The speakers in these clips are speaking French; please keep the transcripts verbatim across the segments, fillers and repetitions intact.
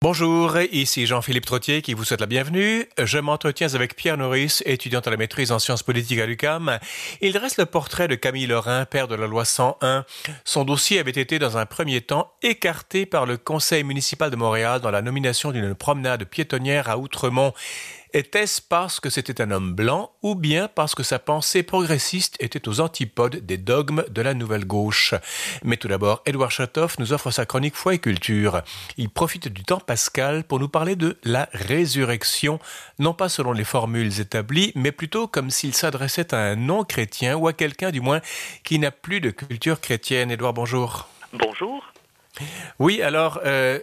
Bonjour, ici Jean-Philippe Trottier qui vous souhaite la bienvenue. Je m'entretiens avec Pierre Norris, étudiant à la maîtrise en sciences politiques à l'U Q A M. Il dresse le portrait de Camille Lorrain, père de la loi cent un. Son dossier avait été dans un premier temps écarté par le conseil municipal de Montréal dans la nomination d'une promenade piétonnière à Outremont. Était-ce parce que c'était un homme blanc ou bien parce que sa pensée progressiste était aux antipodes des dogmes de la nouvelle gauche? Mais tout d'abord, Édouard Chatoff nous offre sa chronique Foi et Culture. Il profite du temps pascal pour nous parler de la résurrection, non pas selon les formules établies, mais plutôt comme s'il s'adressait à un non-chrétien ou à quelqu'un du moins qui n'a plus de culture chrétienne. Édouard, bonjour. Bonjour. Oui, alors... Euh,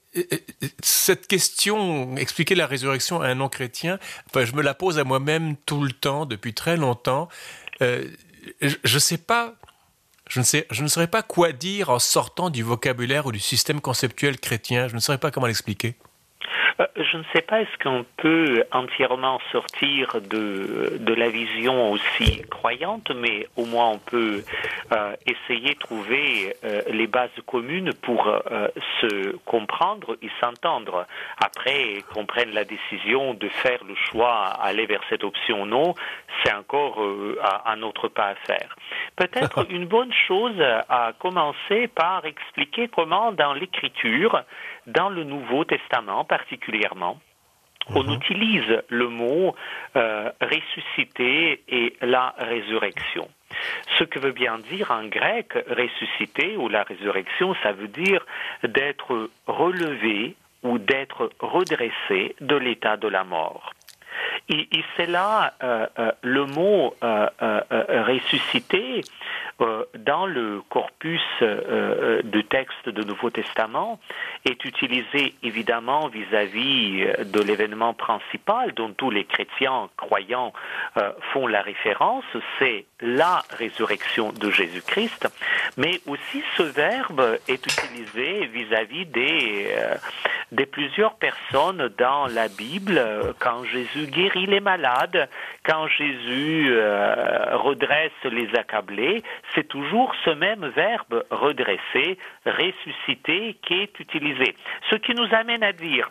Cette question, expliquer la résurrection à un non-chrétien, enfin, je me la pose à moi-même tout le temps, depuis très longtemps. Euh, je ne sais pas, je ne sais, je ne saurais pas quoi dire en sortant du vocabulaire ou du système conceptuel chrétien. Je ne saurais pas comment l'expliquer. Euh, je ne sais pas, est-ce qu'on peut entièrement sortir de, de la vision aussi croyante, mais au moins on peut euh, essayer de trouver euh, les bases communes pour euh, se comprendre et s'entendre. Après, qu'on prenne la décision de faire le choix, aller vers cette option ou non, c'est encore euh, un autre pas à faire. Peut-être une bonne chose à commencer par expliquer comment dans l'Écriture, dans le Nouveau Testament particulièrement, on mmh. utilise le mot euh, ressuscité et la résurrection. Ce que veut bien dire en grec, ressuscité ou la résurrection, ça veut dire d'être relevé ou d'être redressé de l'état de la mort. Et, et c'est là euh, euh, le mot euh, euh, ressuscité euh, dans le corpus euh, de textes du Nouveau Testament est utilisé évidemment vis-à-vis de l'événement principal dont tous les chrétiens croyants euh, font la référence, c'est la résurrection de Jésus-Christ, mais aussi ce verbe est utilisé vis-à-vis des, euh, des plusieurs personnes dans la Bible quand Jésus guérit les malades, quand Jésus euh, redresse les accablés, c'est toujours ce même verbe redresser, ressusciter qui est utilisé. Ce qui nous amène à dire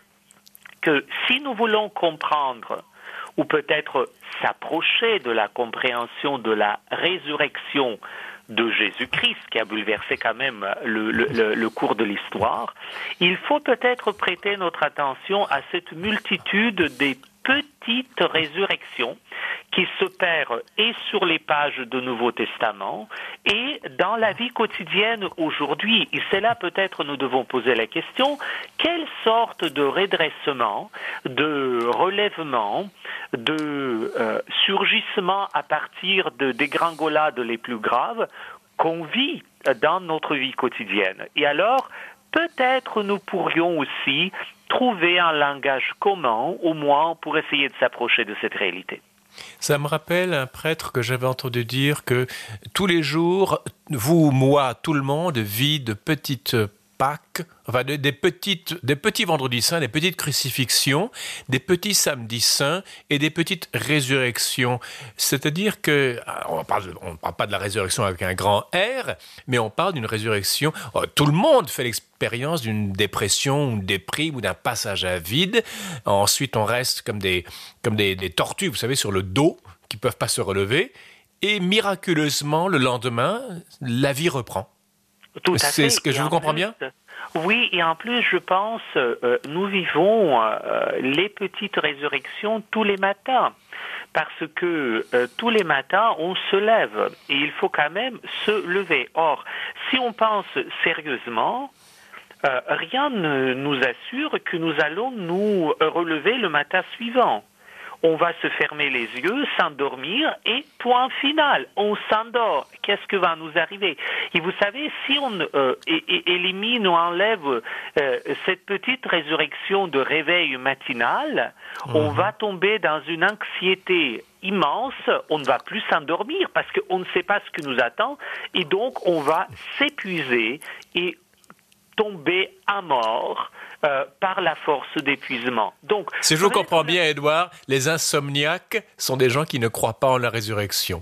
que si nous voulons comprendre ou peut-être s'approcher de la compréhension de la résurrection de Jésus-Christ, qui a bouleversé quand même le, le, le cours de l'histoire, il faut peut-être prêter notre attention à cette multitude des petites résurrections qui s'opèrent et sur les pages du Nouveau Testament et dans la vie quotidienne aujourd'hui. Et c'est là peut-être nous devons poser la question, quelle sorte de redressement, de relèvement, de euh, surgissement à partir de dégringolades les plus graves qu'on vit dans notre vie quotidienne. Et alors, peut-être nous pourrions aussi trouver un langage commun, au moins pour essayer de s'approcher de cette réalité. Ça me rappelle un prêtre que j'avais entendu dire que tous les jours, vous, moi, tout le monde vit de petites Pâques, enfin des, des, petites, des petits vendredis saints, des petites crucifixions, des petits samedis saints et des petites résurrections. C'est-à-dire que, on ne parle, on parle pas de la résurrection avec un grand R, mais on parle d'une résurrection. Tout le monde fait l'expérience d'une dépression, une déprime ou d'un passage à vide. Ensuite, on reste comme des, comme des, des tortues, vous savez, sur le dos, qui ne peuvent pas se relever. Et miraculeusement, le lendemain, la vie reprend. Tout à C'est fait. ce que et je vous comprends bien? Oui, et en plus, je pense, euh, nous vivons euh, les petites résurrections tous les matins. Parce que euh, tous les matins, on se lève et il faut quand même se lever. Or, si on pense sérieusement, euh, rien ne nous assure que nous allons nous relever le matin suivant. On va se fermer les yeux, s'endormir et point final, on s'endort. Qu'est-ce que va nous arriver? Et vous savez, si on euh, é- é- élimine ou enlève euh, cette petite résurrection de réveil matinal, mmh. on va tomber dans une anxiété immense, on ne va plus s'endormir parce qu'on ne sait pas ce qui nous attend et donc on va s'épuiser et tomber à mort euh, par la force d'épuisement. Donc, si je vous comprends bien, Édouard, les insomniaques sont des gens qui ne croient pas en la résurrection.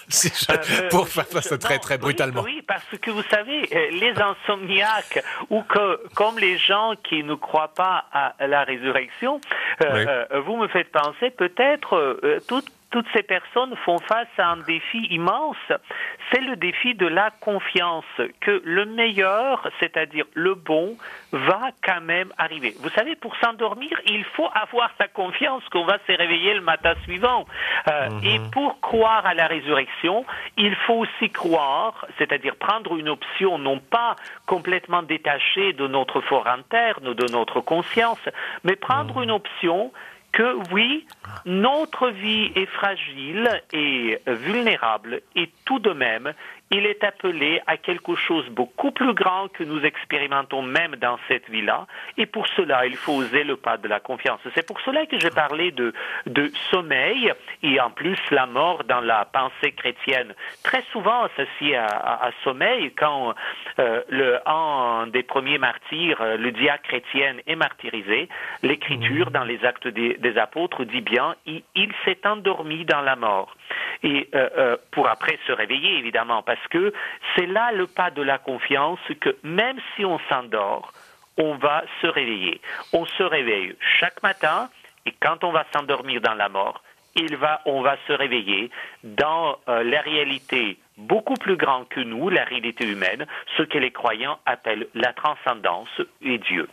si je, euh, pour faire ça très, très brutalement. Oui, oui, parce que vous savez, les insomniaques, ou que, comme les gens qui ne croient pas à la résurrection, euh, oui. euh, vous me faites penser peut-être euh, toutes Toutes ces personnes font face à un défi immense, c'est le défi de la confiance, que le meilleur, c'est-à-dire le bon, va quand même arriver. Vous savez, pour s'endormir, il faut avoir sa confiance qu'on va se réveiller le matin suivant. Euh, mm-hmm. Et pour croire à la résurrection, il faut aussi croire, c'est-à-dire prendre une option non pas complètement détachée de notre fort interne, de notre conscience, mais prendre mm-hmm. une option que oui, notre vie est fragile et vulnérable et tout de même, il est appelé à quelque chose beaucoup plus grand que nous expérimentons même dans cette vie-là. Et pour cela, il faut oser le pas de la confiance. C'est pour cela que j'ai parlé de, de sommeil et en plus la mort dans la pensée chrétienne. Très souvent associé à, à, à sommeil, quand euh, le, un des premiers martyrs, le diacre chrétien, est martyrisé, l'Écriture, dans les Actes des, des Apôtres, dit bien, il, il s'est endormi dans la mort. Et euh, euh, pour après se réveiller, évidemment, parce que c'est là le pas de la confiance que même si on s'endort, on va se réveiller. On se réveille chaque matin et quand on va s'endormir dans la mort, il va, on va se réveiller dans euh, la réalité beaucoup plus grande que nous, la réalité humaine, ce que les croyants appellent la transcendance et Dieu.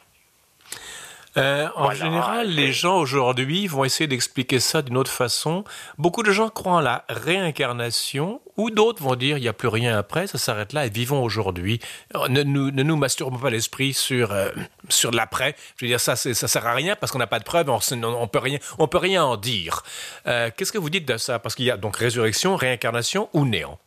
Euh, en voilà, général, les gens aujourd'hui vont essayer d'expliquer ça d'une autre façon. Beaucoup de gens croient en la réincarnation, ou d'autres vont dire il n'y a plus rien après, ça s'arrête là et vivons aujourd'hui. Ne nous, ne nous masturbons pas l'esprit sur euh, sur l'après. Je veux dire ça, c'est, ça sert à rien parce qu'on n'a pas de preuves, on, on peut rien, on peut rien en dire. Euh, qu'est-ce que vous dites de ça? Parce qu'il y a donc résurrection, réincarnation ou néant.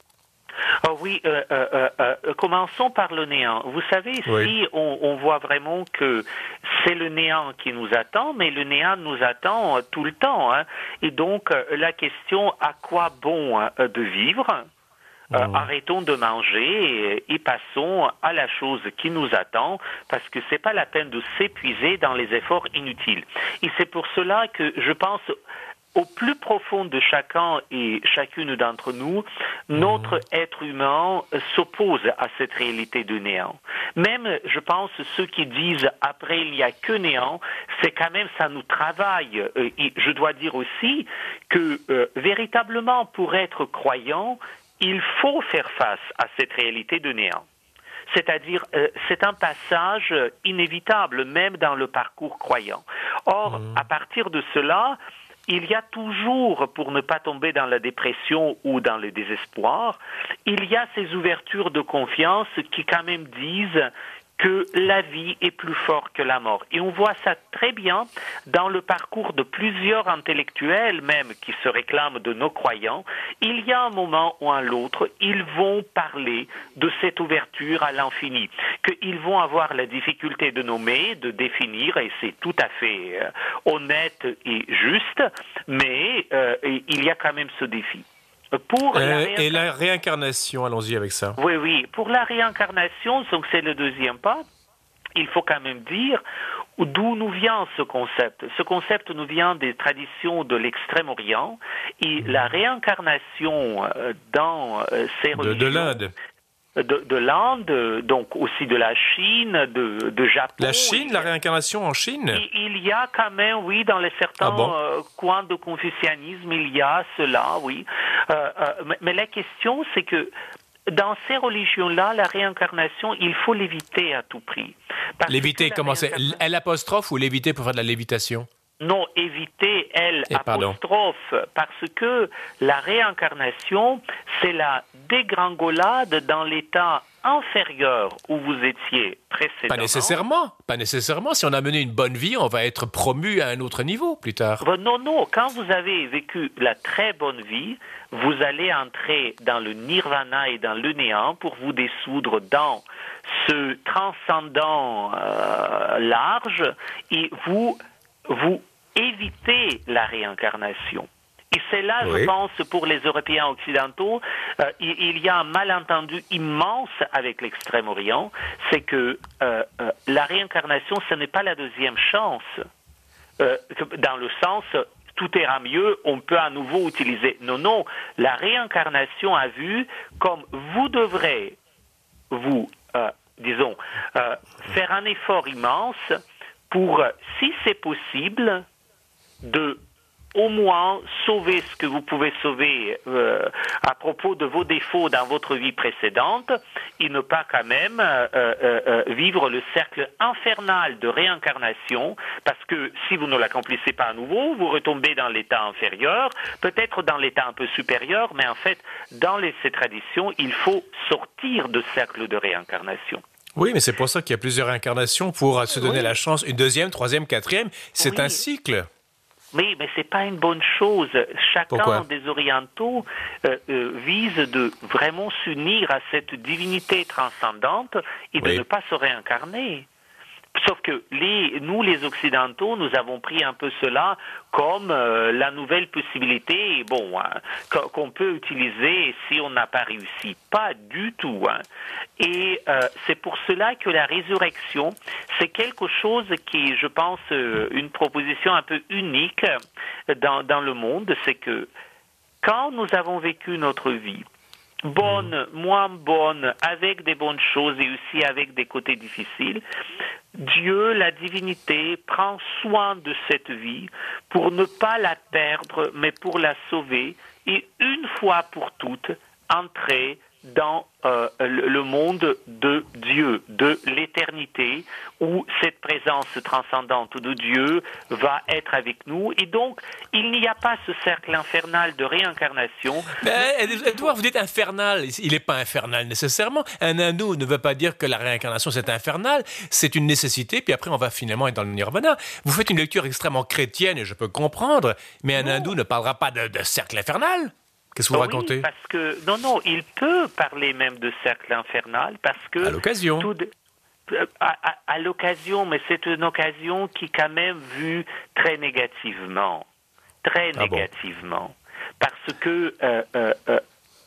Oh oui, euh, euh, euh, commençons par le néant. Vous savez, ici, oui. on, on voit vraiment que c'est le néant qui nous attend, mais le néant nous attend euh, tout le temps. Hein. Et donc, euh, la question, à quoi bon euh, de vivre ? Euh, mmh. Arrêtons de manger et, et passons à la chose qui nous attend, parce que c'est pas la peine de s'épuiser dans les efforts inutiles. Et c'est pour cela que je pense... Au plus profond de chacun et chacune d'entre nous, notre mmh. être humain s'oppose à cette réalité de néant. Même, je pense, ceux qui disent « après il n'y a que néant », c'est quand même, ça nous travaille. Et je dois dire aussi que, euh, véritablement, pour être croyant, il faut faire face à cette réalité de néant. C'est-à-dire, euh, c'est un passage inévitable, même dans le parcours croyant. Or, mmh. à partir de cela, il y a toujours, pour ne pas tomber dans la dépression ou dans le désespoir, il y a ces ouvertures de confiance qui quand même disent que la vie est plus forte que la mort. Et on voit ça très bien dans le parcours de plusieurs intellectuels, même qui se réclament de nos croyants. Il y a un moment ou un autre, ils vont parler de cette ouverture à l'infini, qu'ils vont avoir la difficulté de nommer, de définir, et c'est tout à fait euh, honnête et juste, mais euh, il y a quand même ce défi. Pour euh, la réincarn... Et la réincarnation, allons-y avec ça. Oui, oui. Pour la réincarnation, donc c'est le deuxième pas, il faut quand même dire d'où nous vient ce concept. Ce concept nous vient des traditions de l'Extrême-Orient et la réincarnation dans ces religions... De, de l'Inde. De, de l'Inde, donc aussi de la Chine, de, de Japon. La Chine, la réincarnation en Chine? Il, il y a quand même, oui, dans les certains ah bon? euh, coins de confucianisme, il y a cela, oui. Euh, euh, mais, mais la question, c'est que dans ces religions-là, la réincarnation, il faut l'éviter à tout prix. L'éviter, comment c'est? L apostrophe ou l'éviter pour faire de la lévitation? Non, éviter L apostrophe, parce que la réincarnation, c'est la dégringolade dans l'état inférieur où vous étiez précédemment. Pas nécessairement, pas nécessairement. Si on a mené une bonne vie, on va être promu à un autre niveau plus tard. Ben non, non. Quand vous avez vécu la très bonne vie, vous allez entrer dans le nirvana et dans le néant pour vous dissoudre dans ce transcendant euh, large et vous vous évitez la réincarnation. Et c'est là, oui. je pense, pour les Européens occidentaux, euh, il, il y a un malentendu immense avec l'Extrême-Orient, c'est que euh, euh, la réincarnation, ce n'est pas la deuxième chance, euh, dans le sens, tout ira mieux, on peut à nouveau utiliser. Non, non, la réincarnation a vu comme vous devrez, vous, euh, disons, euh, faire un effort immense pour, si c'est possible, de au moins sauver ce que vous pouvez sauver euh, à propos de vos défauts dans votre vie précédente et ne pas quand même euh, euh, euh, vivre le cercle infernal de réincarnation, parce que si vous ne l'accomplissez pas à nouveau, vous retombez dans l'état inférieur, peut-être dans l'état un peu supérieur, mais en fait, dans les, ces traditions, il faut sortir de cercle de réincarnation. Oui, mais c'est pour ça qu'il y a plusieurs incarnations pour se donner oui. la chance, une deuxième, troisième, quatrième. C'est oui. un cycle. Oui, mais c'est pas une bonne chose. Chacun Pourquoi? des orientaux euh, euh, vise de vraiment s'unir à cette divinité transcendante et de oui. ne pas se réincarner. Sauf que les, nous, les Occidentaux, nous avons pris un peu cela comme euh, la nouvelle possibilité, bon, hein, qu'on peut utiliser si on n'a pas réussi. Pas du tout. Hein. Et euh, c'est pour cela que la résurrection, c'est quelque chose qui, je pense, euh, une proposition un peu unique dans, dans le monde, c'est que quand nous avons vécu notre vie, bonne, moins bonne, avec des bonnes choses et aussi avec des côtés difficiles, Dieu, la divinité, prend soin de cette vie pour ne pas la perdre, mais pour la sauver et une fois pour toutes entrer dans euh, le monde de Dieu, de l'éternité, où cette présence transcendante de Dieu va être avec nous. Et donc, il n'y a pas ce cercle infernal de réincarnation. Mais, Edouard, vous dites infernal. Il n'est pas infernal nécessairement. Un hindou ne veut pas dire que la réincarnation, c'est infernal. C'est une nécessité, puis après, on va finalement être dans le nirvana. Vous faites une lecture extrêmement chrétienne, et je peux comprendre, mais un non. hindou ne parlera pas de, de cercle infernal. Qu'est-ce que vous oui, racontez? Parce que non, non, il peut parler même de cercle infernal parce que à l'occasion. Tout de, à, à, à l'occasion, mais c'est une occasion qui est quand même vue très négativement, très ah négativement, bon. Parce que euh, euh, euh,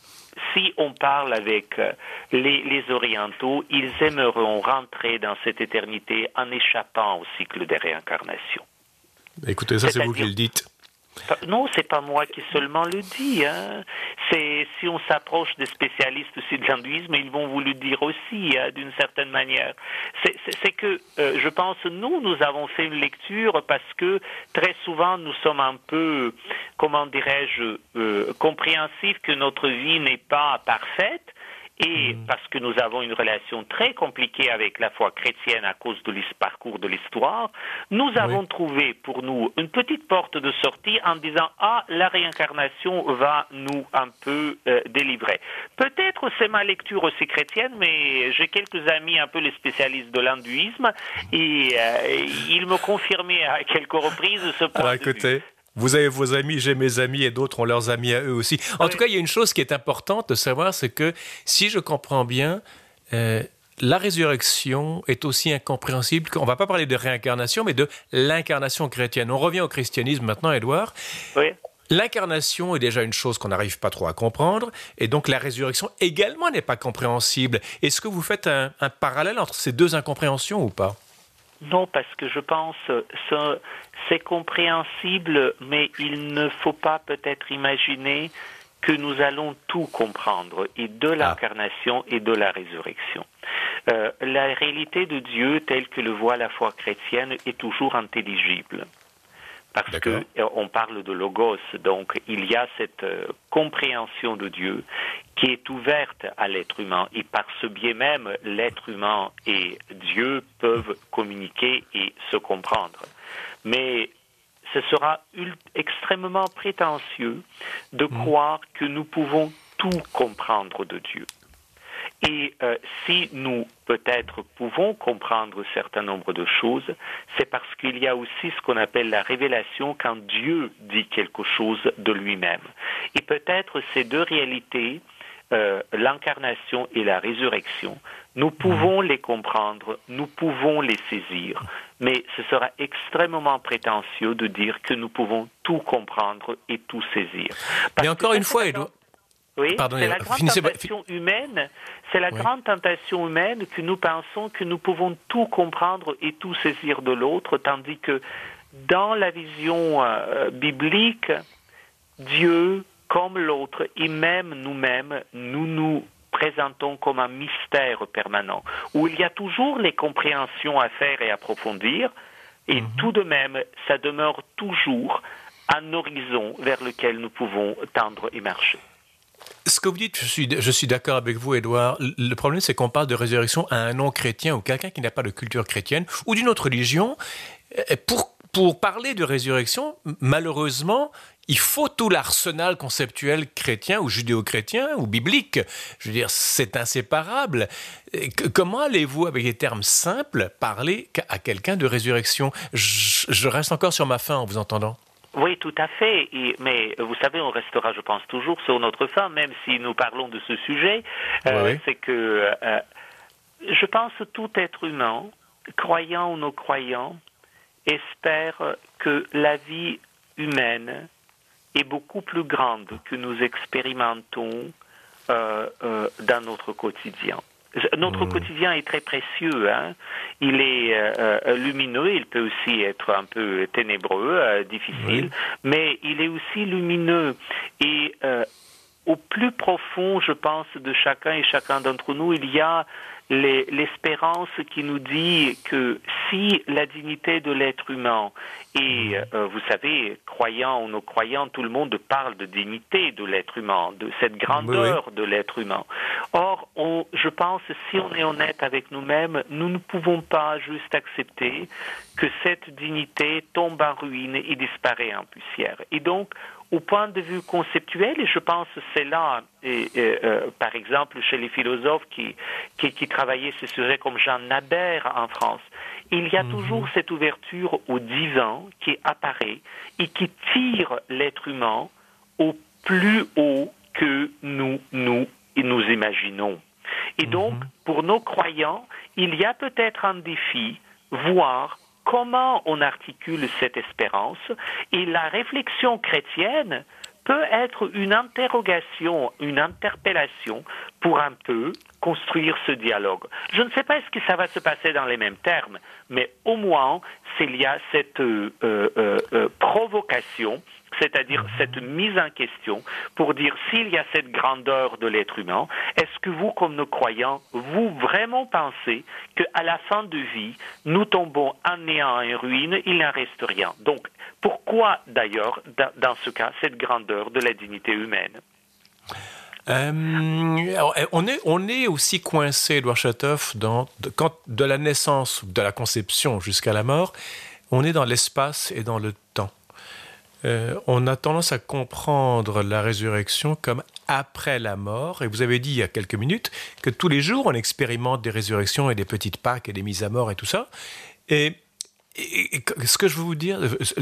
si on parle avec euh, les, les orientaux, ils aimeront rentrer dans cette éternité en échappant au cycle des réincarnations. Écoutez, ça, c'est, c'est vous qui le dites. Non, c'est pas moi qui seulement le dis. Hein. C'est si on s'approche des spécialistes aussi de l'hindouisme, ils vont vous le dire aussi, hein, d'une certaine manière. C'est, c'est, c'est que euh, je pense nous, nous avons fait une lecture parce que très souvent nous sommes un peu, comment dirais-je, euh, compréhensifs que notre vie n'est pas parfaite. Et parce que nous avons une relation très compliquée avec la foi chrétienne à cause du parcours de l'histoire, nous avons oui. trouvé pour nous une petite porte de sortie en disant « Ah, la réincarnation va nous un peu euh, délivrer ». Peut-être c'est ma lecture aussi chrétienne, mais j'ai quelques amis un peu les spécialistes de l'hindouisme et euh, ils me confirmaient à quelques reprises ce point Alors, de écoutez. vue. Vous avez vos amis, j'ai mes amis et d'autres ont leurs amis à eux aussi. En oui. tout cas, il y a une chose qui est importante de savoir, c'est que si je comprends bien, euh, la résurrection est aussi incompréhensible. On ne va pas parler de réincarnation, mais de l'incarnation chrétienne. On revient au christianisme maintenant, Édouard. Oui. L'incarnation est déjà une chose qu'on n'arrive pas trop à comprendre, et donc la résurrection également n'est pas compréhensible. Est-ce que vous faites un, un parallèle entre ces deux incompréhensions ou pas ? Non, parce que je pense que c'est compréhensible, mais il ne faut pas peut-être imaginer que nous allons tout comprendre, et de l'incarnation et de la résurrection. Euh, la réalité de Dieu, telle que le voit la foi chrétienne, est toujours intelligible. Parce D'accord. que on parle de logos, donc il y a cette euh, compréhension de Dieu qui est ouverte à l'être humain, et par ce biais même, l'être humain et Dieu peuvent communiquer et se comprendre. Mais ce sera ul- extrêmement prétentieux de mmh. croire que nous pouvons tout comprendre de Dieu. Et euh, si nous, peut-être, pouvons comprendre un certain nombre de choses, c'est parce qu'il y a aussi ce qu'on appelle la révélation quand Dieu dit quelque chose de lui-même. Et peut-être ces deux réalités, euh, l'incarnation et la résurrection, nous pouvons les comprendre, nous pouvons les saisir, mais ce sera extrêmement prétentieux de dire que nous pouvons tout comprendre et tout saisir. Parce mais encore une fois, Edouard... Oui, Pardon, c'est la grande finissez... tentation humaine. C'est la oui. grande tentation humaine que nous pensons que nous pouvons tout comprendre et tout saisir de l'autre, tandis que dans la vision euh, biblique, Dieu, comme l'autre, et même nous-mêmes, nous nous présentons comme un mystère permanent, où il y a toujours les compréhensions à faire et approfondir, et mmh. tout de même, ça demeure toujours un horizon vers lequel nous pouvons tendre et marcher. Ce que vous dites, je suis, je suis d'accord avec vous, Édouard. Le problème, c'est qu'on parle de résurrection à un non-chrétien ou quelqu'un qui n'a pas de culture chrétienne ou d'une autre religion. Pour, pour parler de résurrection, malheureusement, il faut tout l'arsenal conceptuel chrétien ou judéo-chrétien ou biblique. Je veux dire, c'est inséparable. Comment allez-vous, avec des termes simples, parler à quelqu'un de résurrection ? je, je reste encore sur ma faim en vous entendant. Oui, tout à fait. Et, mais vous savez, on restera, je pense, toujours sur notre faim, même si nous parlons de ce sujet. Euh, oui. C'est que euh, je pense que tout être humain, croyant ou non croyant, espère que la vie humaine est beaucoup plus grande que nous expérimentons euh, euh, dans notre quotidien. Notre mmh. quotidien est très précieux, hein. Il est euh, lumineux, il peut aussi être un peu ténébreux, euh, difficile, oui. mais il est aussi lumineux. Et euh, au plus profond, je pense, de chacun et chacun d'entre nous, il y a les, l'espérance qui nous dit que si la dignité de l'être humain, et euh, vous savez, croyant ou non croyant, tout le monde parle de dignité de l'être humain, de cette grandeur oui, oui. de l'être humain. Or, on, je pense, si on est honnête avec nous-mêmes, nous ne pouvons pas juste accepter que cette dignité tombe en ruine et disparaît en poussière. Et donc, au point de vue conceptuel, et je pense que c'est là, et, et, euh, par exemple, chez les philosophes qui, qui, qui travaillaient ce sujet comme Jean Nabert en France, il y a mmh. toujours cette ouverture au divin qui apparaît et qui tire l'être humain au plus haut que nous nous, nous imaginons. Et donc, mmh. pour nos croyants, il y a peut-être un défi, voire comment on articule cette espérance, et la réflexion chrétienne peut être une interrogation, une interpellation pour un peu construire ce dialogue. Je ne sais pas est-ce que ça va se passer dans les mêmes termes, mais au moins, s'il y a cette euh, euh, euh, provocation, c'est-à-dire cette mise en question pour dire s'il y a cette grandeur de l'être humain, est-ce que vous, comme nos croyants, vous vraiment pensez qu'à la fin de vie, nous tombons en néant, en ruine, il n'en reste rien. Donc, pourquoi d'ailleurs, dans ce cas, cette grandeur de la dignité humaine ? Euh, alors, on est on est aussi coincé, Édouard Chattoff, dans de, quand, de la naissance, de la conception jusqu'à la mort, on est dans l'espace et dans le temps. Euh, on a tendance à comprendre la résurrection comme après la mort. Et vous avez dit il y a quelques minutes que tous les jours, on expérimente des résurrections et des petites Pâques et des mises à mort et tout ça. Et, et, et ce que je veux vous dire,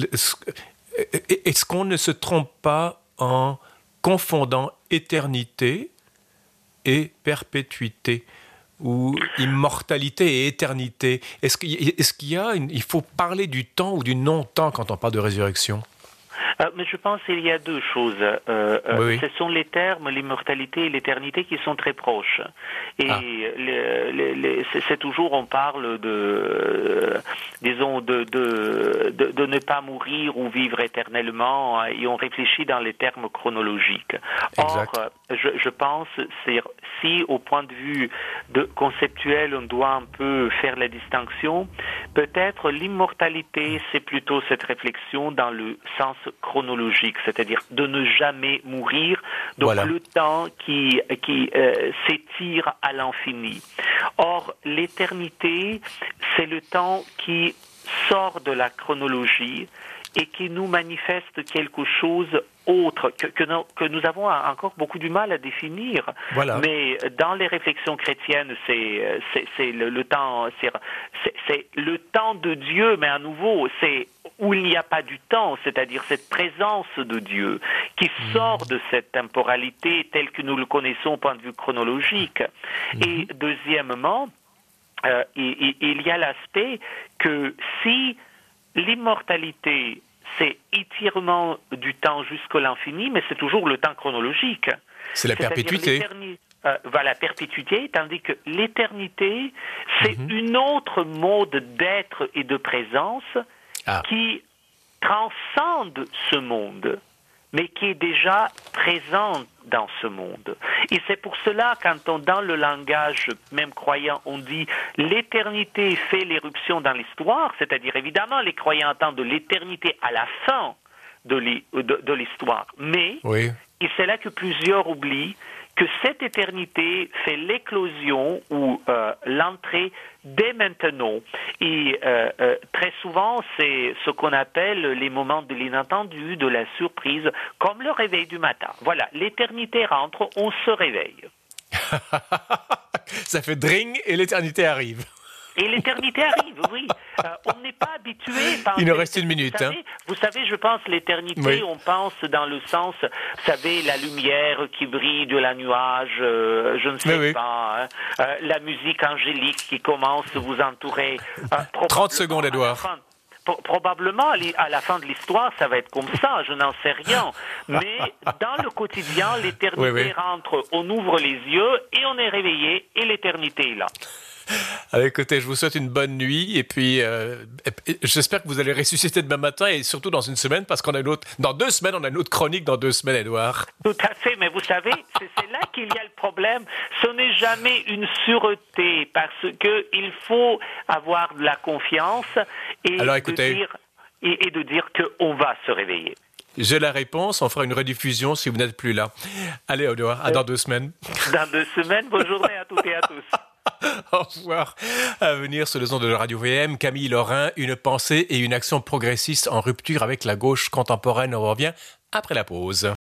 est-ce qu'on ne se trompe pas en confondant éternité et perpétuité ou immortalité et éternité? Est-ce qu'il, est-ce qu'il y a une, il faut parler du temps ou du non-temps quand on parle de résurrection? Euh, mais je pense qu'il y a deux choses. Euh, oui. Ce sont les termes, l'immortalité et l'éternité qui sont très proches. Et ah. les, les, les, c'est, c'est toujours, on parle de, euh, disons, de, de, de, de ne pas mourir ou vivre éternellement, et on réfléchit dans les termes chronologiques. Exact. Or, je, je pense, c'est, si au point de vue de, conceptuel, on doit un peu faire la distinction, peut-être l'immortalité, c'est plutôt cette réflexion dans le sens chronologique, c'est-à-dire de ne jamais mourir, donc voilà. le temps qui, qui euh, s'étire à l'infini. Or, l'éternité, c'est le temps qui sort de la chronologie et qui nous manifeste quelque chose autre, que, que, nous, que nous avons encore beaucoup du mal à définir. Voilà. Mais dans les réflexions chrétiennes, c'est, c'est, c'est, le, le temps, c'est, c'est, c'est le temps de Dieu, mais à nouveau, c'est où il n'y a pas du temps, c'est-à-dire cette présence de Dieu qui mmh. sort de cette temporalité telle que nous le connaissons au point de vue chronologique. Mmh. Et deuxièmement, euh, il, il y a l'aspect que si l'immortalité, c'est étirement du temps jusqu'à l'infini, mais c'est toujours le temps chronologique. C'est la C'est-à-dire perpétuité. Euh, va la perpétuité, tandis que l'éternité, c'est mm-hmm. une autre mode d'être et de présence ah. qui transcende ce monde, mais qui est déjà présente dans ce monde. Et c'est pour cela, quand on, dans le langage même croyant, on dit l'éternité fait l'éruption dans l'histoire, c'est-à-dire évidemment les croyants entendent de l'éternité à la fin de l'histoire, mais oui. Et c'est là que plusieurs oublient que cette éternité fait l'éclosion ou euh, l'entrée dès maintenant. Et euh, euh, très souvent, c'est ce qu'on appelle les moments de l'inattendu, de la surprise, comme le réveil du matin. Voilà, l'éternité rentre, on se réveille. Ça fait dring et l'éternité arrive. Et l'éternité arrive, oui. Euh, on n'est pas habitué. Il nous reste une minute. Vous savez, hein. vous savez je pense, l'éternité, oui. On pense dans le sens, vous savez, la lumière qui brille de la nuage, euh, je ne sais oui, pas, hein, euh, la musique angélique qui commence à vous entourer. Euh, trente secondes, Édouard. Probablement, à la fin de l'histoire, ça va être comme ça, je n'en sais rien. Mais dans le quotidien, l'éternité oui, oui. rentre, on ouvre les yeux et on est réveillé et l'éternité est là. Alors, écoutez, je vous souhaite une bonne nuit et puis euh, j'espère que vous allez ressusciter demain matin et surtout dans une semaine parce qu'on a une autre, dans deux semaines, on a une autre chronique dans deux semaines, Édouard. Tout à fait, mais vous savez, c'est, c'est là qu'il y a le problème. Ce n'est jamais une sûreté parce que il faut avoir de la confiance et, Alors, écoutez, de dire, et, et de dire qu'on va se réveiller. J'ai la réponse, on fera une rediffusion si vous n'êtes plus là. Allez, Édouard, à dans deux semaines. Dans deux semaines, bonne journée à toutes et à tous. Au revoir. À venir sur les ondes de Radio V M, Camille Lorrain, une pensée et une action progressiste en rupture avec la gauche contemporaine. On revient après la pause.